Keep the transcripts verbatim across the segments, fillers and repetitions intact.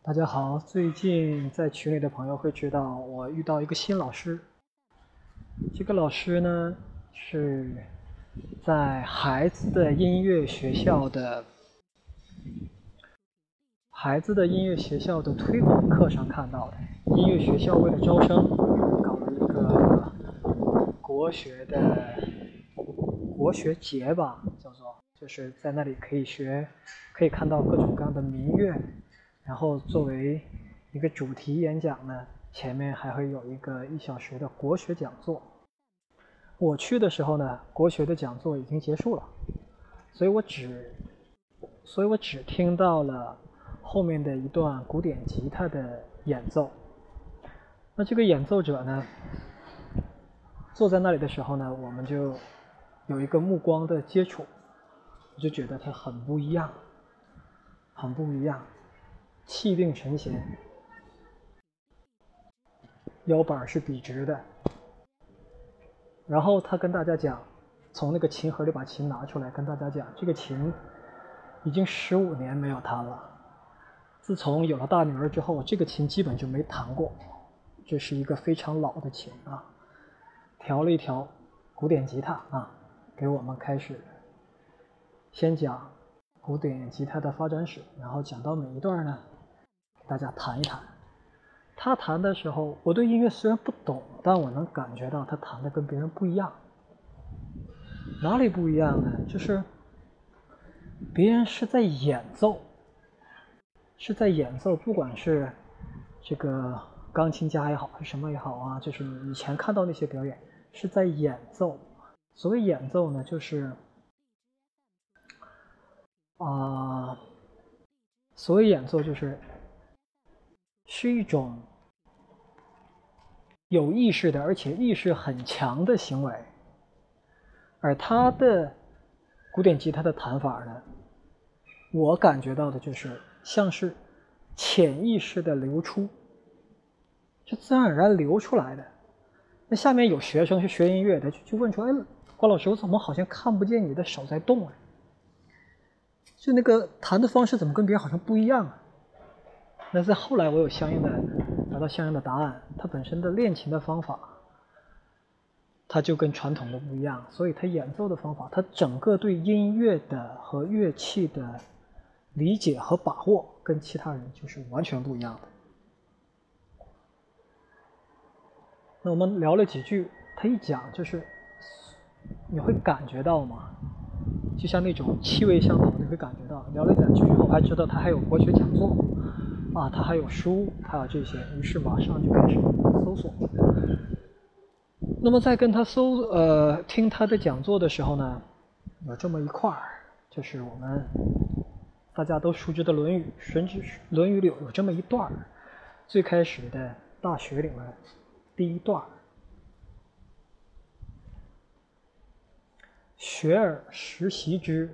大家好，最近在群里的朋友会知道，我遇到一个新老师。这个老师呢，是在孩子的音乐学校的孩子的音乐学校的推广课上看到的。音乐学校为了招生，搞了一个国学的国学节吧，叫做，就是在那里可以学，可以看到各种各样的民乐。然后作为一个主题演讲呢，前面还会有一个一小时的国学讲座。我去的时候呢，国学的讲座已经结束了，所以我只，所以我只听到了后面的一段古典吉他的演奏。那这个演奏者呢，坐在那里的时候呢，我们就有一个目光的接触，我就觉得他很不一样，很不一样。气定神闲，腰板是笔直的。然后他跟大家讲，从那个琴盒里把琴拿出来，跟大家讲，这个琴已经十五年没有弹了。自从有了大女儿之后，这个琴基本就没弹过。这是一个非常老的琴啊，调了一调古典吉他啊，给我们开始先讲古典吉他的发展史，然后讲到每一段呢，大家弹一弹。他弹的时候，我对音乐虽然不懂，但我能感觉到他弹的跟别人不一样。哪里不一样呢？就是别人是在演奏，是在演奏，不管是这个钢琴家也好，是什么也好啊，就是你以前看到那些表演是在演奏。所谓演奏呢，就是啊、呃，所谓演奏就是是一种有意识的，而且意识很强的行为。而他的古典吉他的弹法呢，我感觉到的就是像是潜意识的流出，就自然而然流出来的。那下面有学生是学音乐的，就就问说：“哎，关老师，我怎么好像看不见你的手在动啊？就那个弹的方式怎么跟别人好像不一样啊？”那在后来我有相应的得到相应的答案，他本身的练琴的方法，它就跟传统的不一样，所以他演奏的方法，他整个对音乐的和乐器的理解和把握，跟其他人就是完全不一样的。那我们聊了几句，他一讲就是你会感觉到嘛，就像那种气味相投，你会感觉到。聊了两句之后，还知道他还有国学讲座啊，他还有书，还有这些，于是马上就开始搜索。那么在跟他搜呃听他的讲座的时候呢，有这么一块儿，就是我们大家都熟知的《论语》，甚至《论语》里有有这么一段，最开始的《大学》里面第一段：“学而时习之，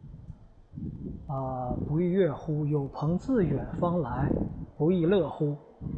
啊，不亦乐乎？有朋自远方来，不亦乐乎？”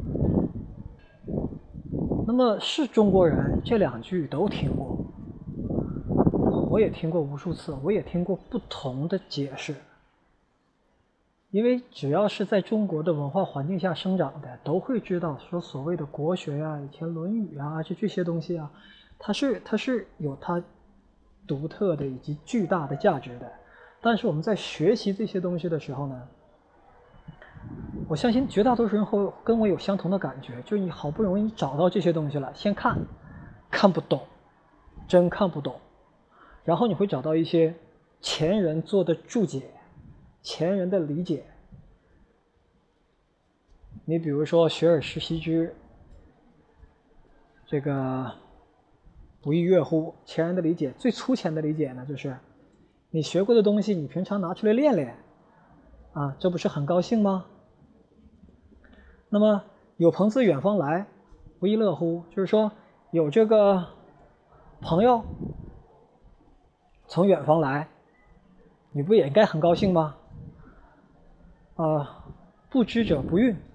那么是中国人，这两句都听过，我也听过无数次，我也听过不同的解释。因为只要是在中国的文化环境下生长的，都会知道说所谓的国学啊，以前《论语》啊，就这些东西啊，它是它是有它独特的以及巨大的价值的。但是我们在学习这些东西的时候呢，我相信绝大多数人会跟我有相同的感觉，就是你好不容易找到这些东西了，先看，看不懂，真看不懂，然后你会找到一些前人做的注解，前人的理解。你比如说“学而时习之”，这个“不亦乐乎”，前人的理解最粗浅的理解呢，就是你学过的东西，你平常拿出来练练，啊，这不是很高兴吗？那么有朋自远方来，不亦乐乎？就是说有这个朋友从远方来，你不也应该很高兴吗？啊、呃，不知者不愠，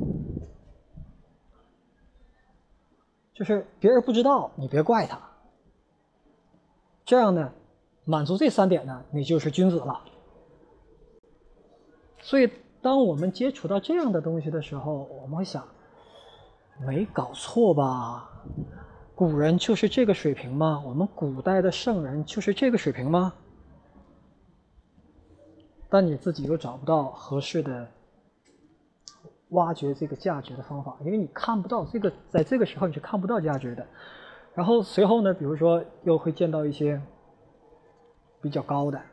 就是别人不知道，你别怪他。这样呢，满足这三点呢，你就是君子了。所以当我们接触到这样的东西的时候，我们会想，没搞错吧？古人就是这个水平吗？我们古代的圣人就是这个水平吗？但你自己又找不到合适的挖掘这个价值的方法，因为你看不到这个，在这个时候你是看不到价值的。然后随后呢，比如说又会见到一些比较高的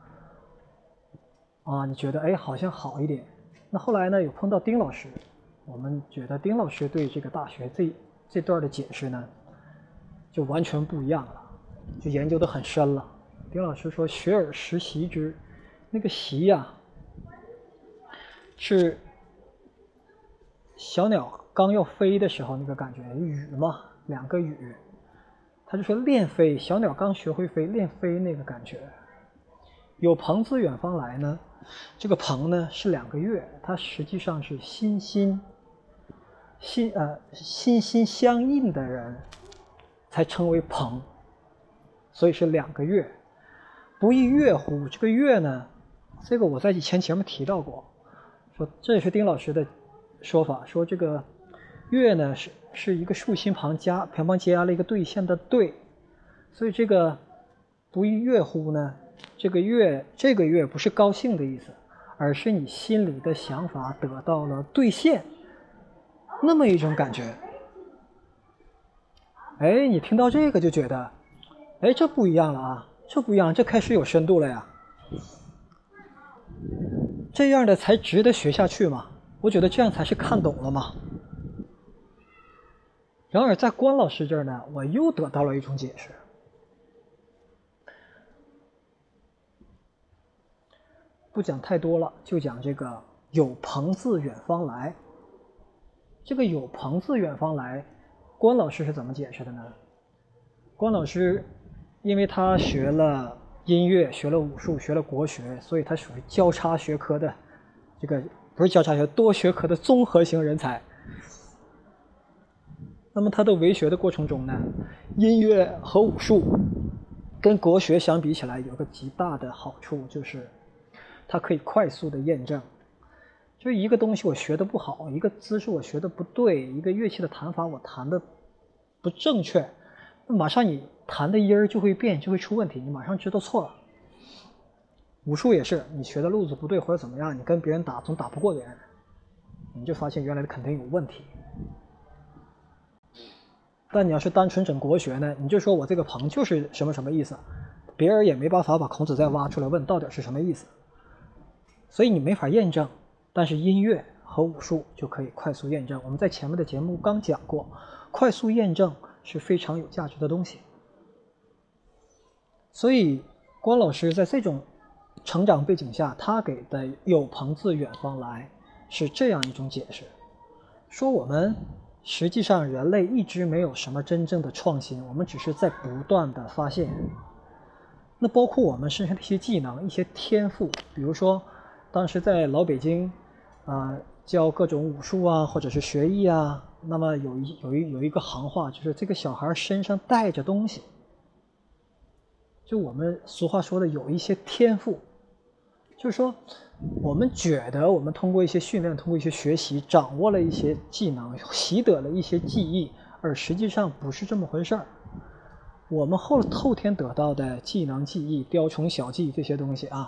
啊，你觉得哎好像好一点。那后来呢，有碰到丁老师，我们觉得丁老师对这个大学这这段的解释呢，就完全不一样了，就研究得很深了。丁老师说：“学而时习之。”那个习呀、啊，是小鸟刚要飞的时候那个感觉，羽嘛，两个羽。他就说练飞，小鸟刚学会飞，练飞那个感觉。有朋自远方来呢，这个朋呢是两个月，它实际上是心心心呃心心相印的人才称为朋，所以是两个月。不亦乐乎？这个乐呢，这个我在以前节目提到过，说这也是丁老师的说法，说这个乐呢是是一个竖心旁加旁旁加了一个兑现的兑，所以这个不亦乐乎呢？这个乐这个乐不是高兴的意思，而是你心里的想法得到了兑现，那么一种感觉。哎，你听到这个就觉得，哎，这不一样了啊，这不一样，这开始有深度了呀。这样的才值得学下去嘛，我觉得这样才是看懂了嘛。然而在关老师这儿呢，我又得到了一种解释。不讲太多了，就讲这个有朋自远方来。这个有朋自远方来，关老师是怎么解释的呢？关老师因为他学了音乐，学了武术，学了国学，所以他属于交叉学科的，这个不是交叉学多学科的综合型人才。那么他的为学的过程中呢，音乐和武术跟国学相比起来有个极大的好处，就是它可以快速的验证。就是一个东西我学的不好，一个姿势我学的不对，一个乐器的弹法我弹的不正确，那马上你弹的音儿就会变，就会出问题，你马上知道错了。武术也是，你学的路子不对或者怎么样，你跟别人打总打不过别人，你就发现原来肯定有问题。但你要是单纯整国学呢，你就说我这个朋就是什么什么意思，别人也没办法把孔子再挖出来问到底是什么意思，所以你没法验证。但是音乐和武术就可以快速验证。我们在前面的节目刚讲过，快速验证是非常有价值的东西。所以关老师在这种成长背景下，他给的有朋自远方来是这样一种解释，说我们实际上人类一直没有什么真正的创新，我们只是在不断的发现。那包括我们身上的一些技能、一些天赋，比如说当时在老北京啊、呃，教各种武术啊，或者是学艺啊，那么有一有一有一个行话，就是这个小孩身上带着东西，就我们俗话说的有一些天赋，就是说我们觉得我们通过一些训练，通过一些学习，掌握了一些技能，习得了一些技艺，而实际上不是这么回事儿。我们后后天得到的技能、技艺、雕虫小技这些东西啊，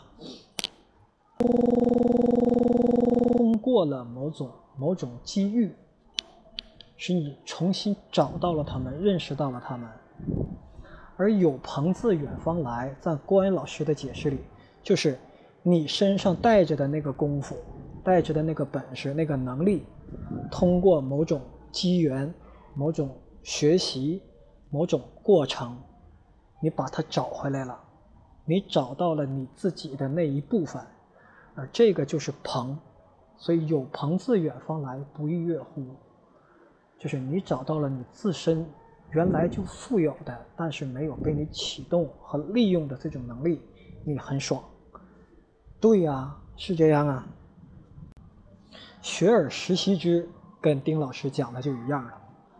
通过了某种某种机遇，使你重新找到了他们，认识到了他们。而有朋自远方来，在关老师的解释里，就是你身上带着的那个功夫，带着的那个本事，那个能力，通过某种机缘、某种学习、某种过程，你把它找回来了，你找到了你自己的那一部分，而这个就是朋。所以有朋自远方来，不亦乐乎，就是你找到了你自身原来就富有的，但是没有被你启动和利用的这种能力，你很爽。对呀、啊，是这样啊。学而时习之，跟丁老师讲的就一样了。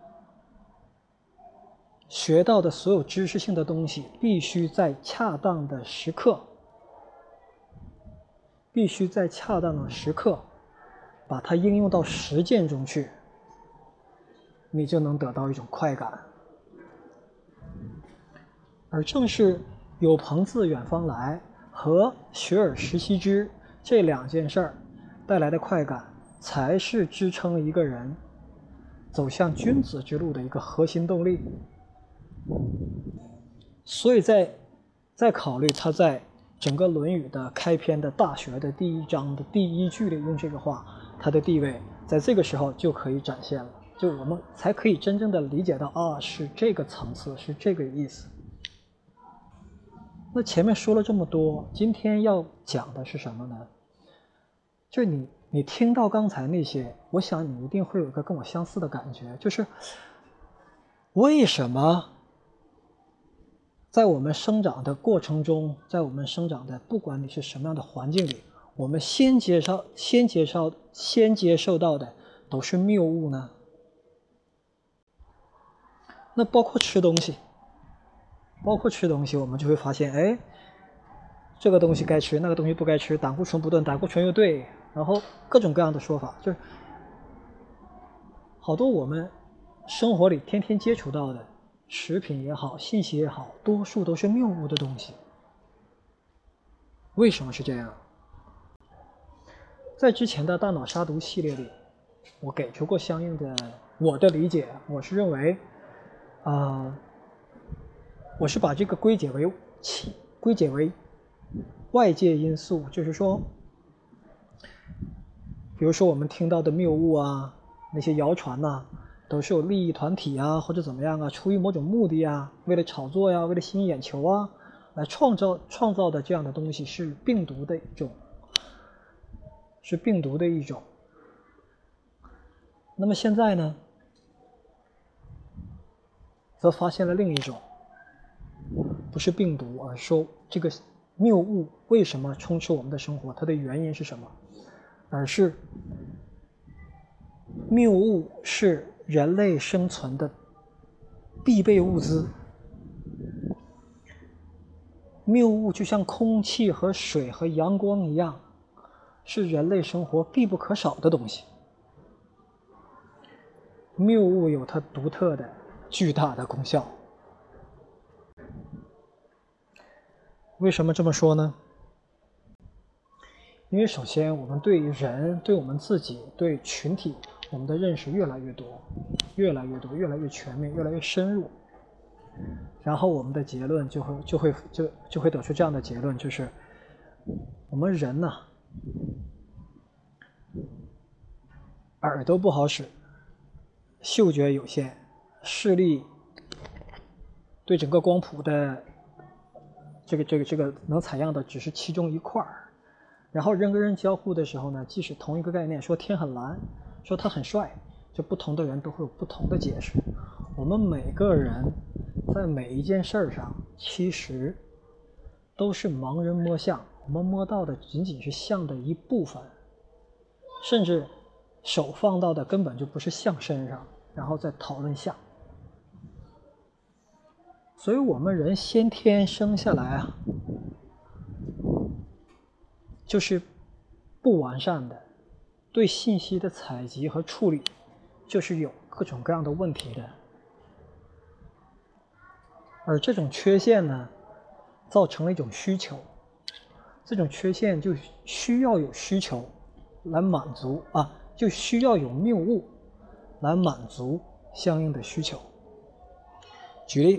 学到的所有知识性的东西，必须在恰当的时刻，必须在恰当的时刻把它应用到实践中去，你就能得到一种快感。而正是有朋自远方来和学而时习之这两件事儿带来的快感，才是支撑一个人走向君子之路的一个核心动力。所以在再考虑他在整个《论语》的开篇的《大学》的第一章的第一句里用这个话，他的地位在这个时候就可以展现了，就我们才可以真正的理解到啊，是这个层次，是这个意思。那前面说了这么多，今天要讲的是什么呢？就是你你听到刚才那些，我想你一定会有一个跟我相似的感觉，就是为什么在我们生长的过程中，在我们生长的不管你是什么样的环境里，我们先接受先接受先接受到的都是谬误呢？那包括吃东西，包括吃东西，我们就会发现，哎，这个东西该吃，那个东西不该吃，胆固醇不对，胆固醇又对，然后各种各样的说法，就是好多我们生活里天天接触到的食品也好，信息也好，多数都是谬误的东西。为什么是这样？在之前的大脑杀毒系列里，我给出过相应的我的理解，我是认为，啊、呃，我是把这个归结为归结为外界因素，就是说，比如说我们听到的谬误啊，那些谣传呐、啊，都是有利益团体啊，或者怎么样啊，出于某种目的啊，为了炒作呀、啊，为了吸引眼球啊，来创造创造的这样的东西是病毒的一种，是病毒的一种。那么现在呢，则发现了另一种，不是病毒，而是说这个谬误为什么充斥我们的生活，它的原因是什么？而是谬误是人类生存的必备物资，谬误就像空气和水和阳光一样，是人类生活必不可少的东西。谬误有它独特的巨大的功效。为什么这么说呢？因为首先我们对人，对我们自己，对群体，我们的认识越来越多，越来越多，越来越全面，越来越深入。然后我们的结论就会就会就就会得出这样的结论，就是我们人呐、啊，耳朵不好使，嗅觉有限，视力对整个光谱的这个这个这个能采样的只是其中一块儿。然后人跟人交互的时候呢，即使同一个概念，说天很蓝，说他很帅，就不同的人都会有不同的解释。我们每个人在每一件事上，其实都是盲人摸象，我们摸到的仅仅是象的一部分，甚至手放到的根本就不是象身上，然后再讨论象。所以我们人先天生下来啊，就是不完善的，对信息的采集和处理就是有各种各样的问题的。而这种缺陷呢，造成了一种需求，这种缺陷就需要有需求来满足啊，就需要有谬误来满足相应的需求。举例，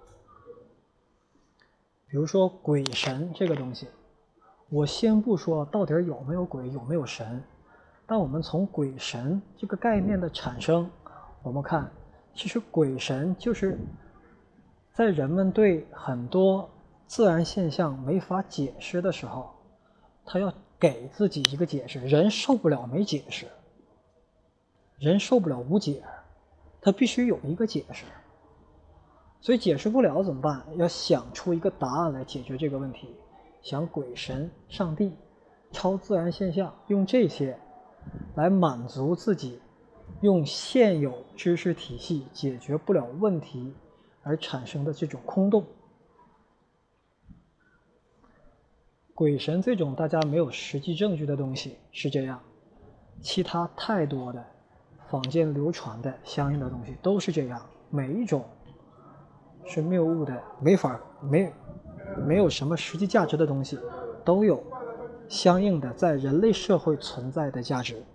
比如说鬼神这个东西，我先不说到底有没有鬼，有没有神，但我们从鬼神这个概念的产生，我们看，其实鬼神就是在人们对很多自然现象没法解释的时候，他要给自己一个解释。人受不了没解释，人受不了无解，他必须有一个解释。所以解释不了怎么办？要想出一个答案来解决这个问题。想鬼神、上帝、超自然现象，用这些来满足自己用现有知识体系解决不了问题而产生的这种空洞。鬼神这种大家没有实际证据的东西是这样， 其他太多的坊间流传的相应的东西都是这样，每一种是谬误的，没法没没有什么实际价值的东西，都有相应的在人类社会存在的价值。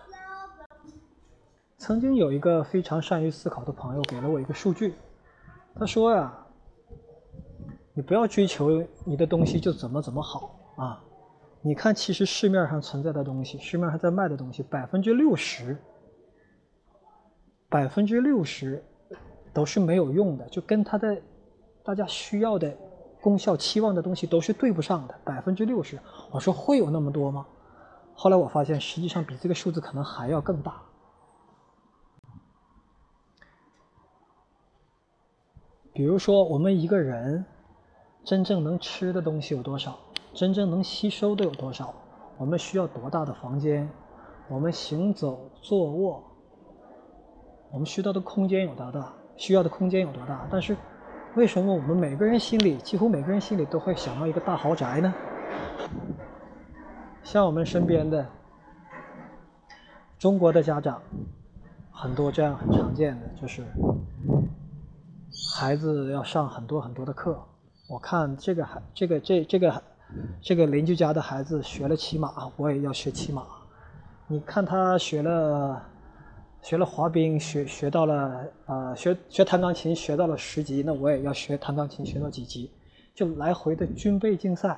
曾经有一个非常善于思考的朋友给了我一个数据，他说呀，你不要追求你的东西就怎么怎么好啊！你看，其实市面上存在的东西，市面上在卖的东西，百分之六十，百分之六十都是没有用的，就跟它的大家需要的功效期望的东西都是对不上的。百分之六十，我说会有那么多吗？后来我发现，实际上比这个数字可能还要更大。比如说，我们一个人真正能吃的东西有多少？真正能吸收的有多少？我们需要多大的房间？我们行走、坐卧，我们需要的空间有多大？需要的空间有多大？但是，为什么我们每个人心里，几乎每个人心里都会想要一个大豪宅呢？像我们身边的中国的家长，很多这样很常见的，就是孩子要上很多很多的课。我看这个孩，这个这这个这个邻居家的孩子学了骑马，我也要学骑马。你看他学了学了滑冰，学学到了呃学学弹钢琴学到了十级，那我也要学弹钢琴学到几级，就来回的军备竞赛。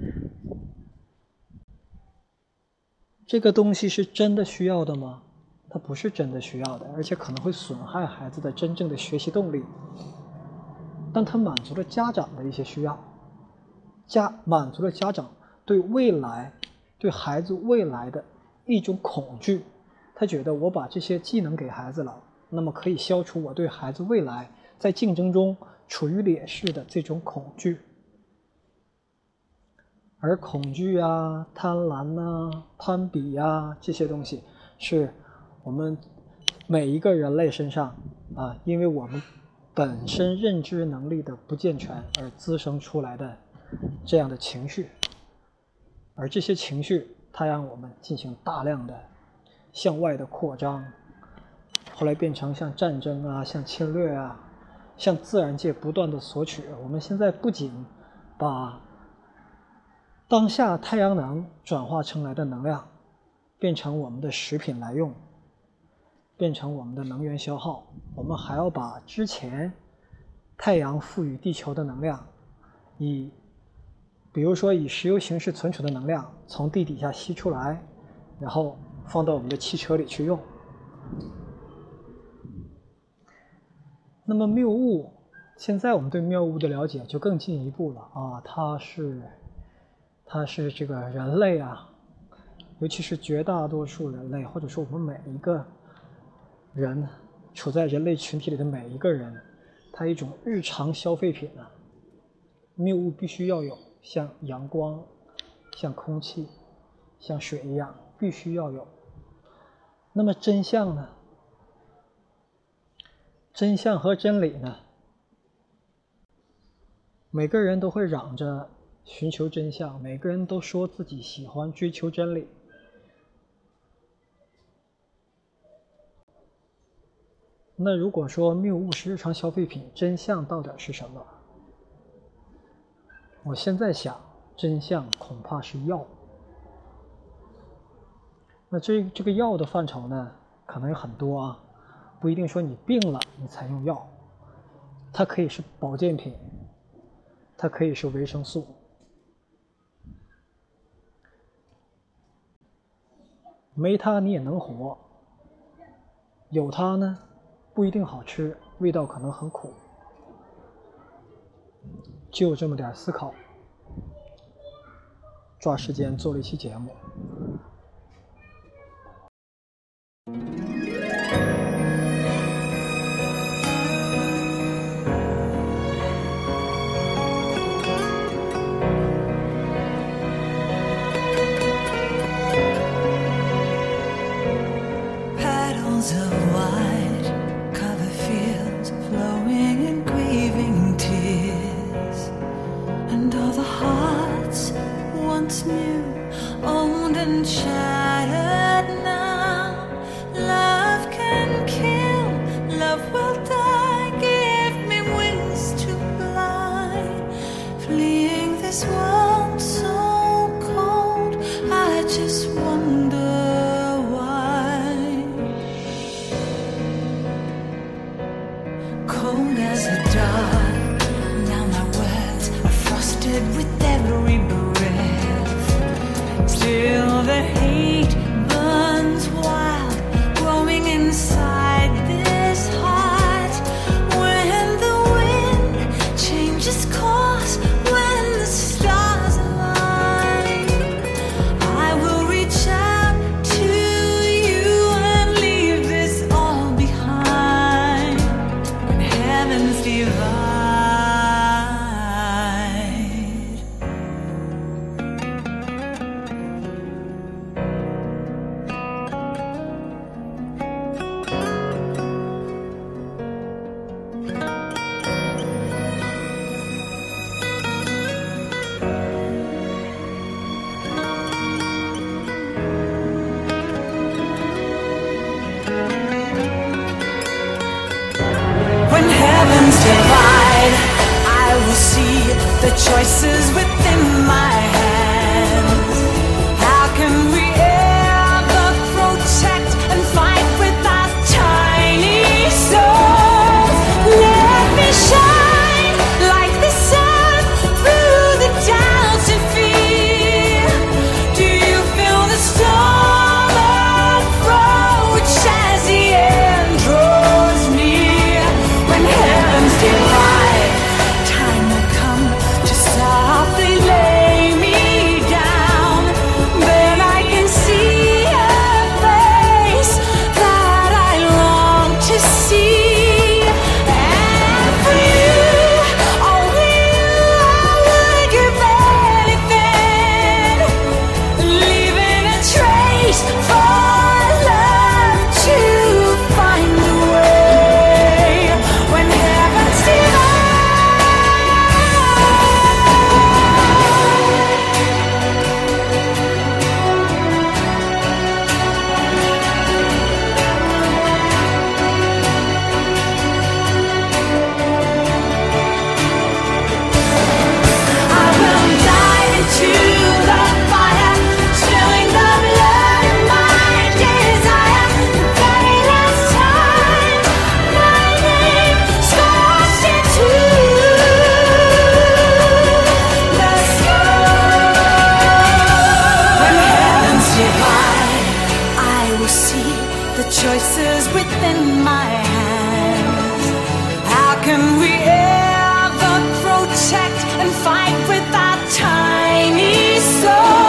这个东西是真的需要的吗？它不是真的需要的，而且可能会损害孩子的真正的学习动力。但它满足了家长的一些需要，家满足了家长对未来、对孩子未来的一种恐惧。他觉得我把这些技能给孩子了，那么可以消除我对孩子未来在竞争中处于劣势的这种恐惧。而恐惧啊、贪婪啊、攀比啊这些东西，是我们每一个人类身上啊，因为我们本身认知能力的不健全而滋生出来的这样的情绪，而这些情绪它让我们进行大量的向外的扩张，后来变成像战争啊、像侵略啊、向自然界不断的索取。我们现在不仅把当下太阳能转化成来的能量变成我们的食品来用，变成我们的能源消耗，我们还要把之前太阳赋予地球的能量，以比如说以石油形式存储的能量从地底下吸出来，然后放到我们的汽车里去用。那么谬误，现在我们对谬误的了解就更进一步了啊，它是它是这个人类啊，尤其是绝大多数人类，或者说我们每一个人处在人类群体里的每一个人，它一种日常消费品啊，谬误必须要有，像阳光、像空气、像水一样，必须要有。那么真相呢？真相和真理呢？每个人都会嚷着寻求真相，每个人都说自己喜欢追求真理。那如果说谬误是日常消费品，真相到底是什么？我现在想，真相恐怕是药。那这这个药的范畴呢，可能有很多啊，不一定说你病了你才用药，它可以是保健品，它可以是维生素。没它你也能活，有它呢不一定好吃，味道可能很苦。就这么点思考，抓时间做了一期节目。 New, owned and shattered now. the choices within my hands. How can we ever protect and fight with our tiny souls? Let me shine like the sun through the doubts and fear. Do you feel the storm approach as the end draws near? When heavens divide, time will come to softly lay me down. Then I can see a face that I long to see. And for you, only you, I would give anything, leaving a trace for love to find the way. When heavens divide. I will dive into the fire, spilling the blood of my desire. The very last time my name scorched into the sky. When heavens divide, I will see the choices within my hands. How can we ever protect and fight with our tiny souls?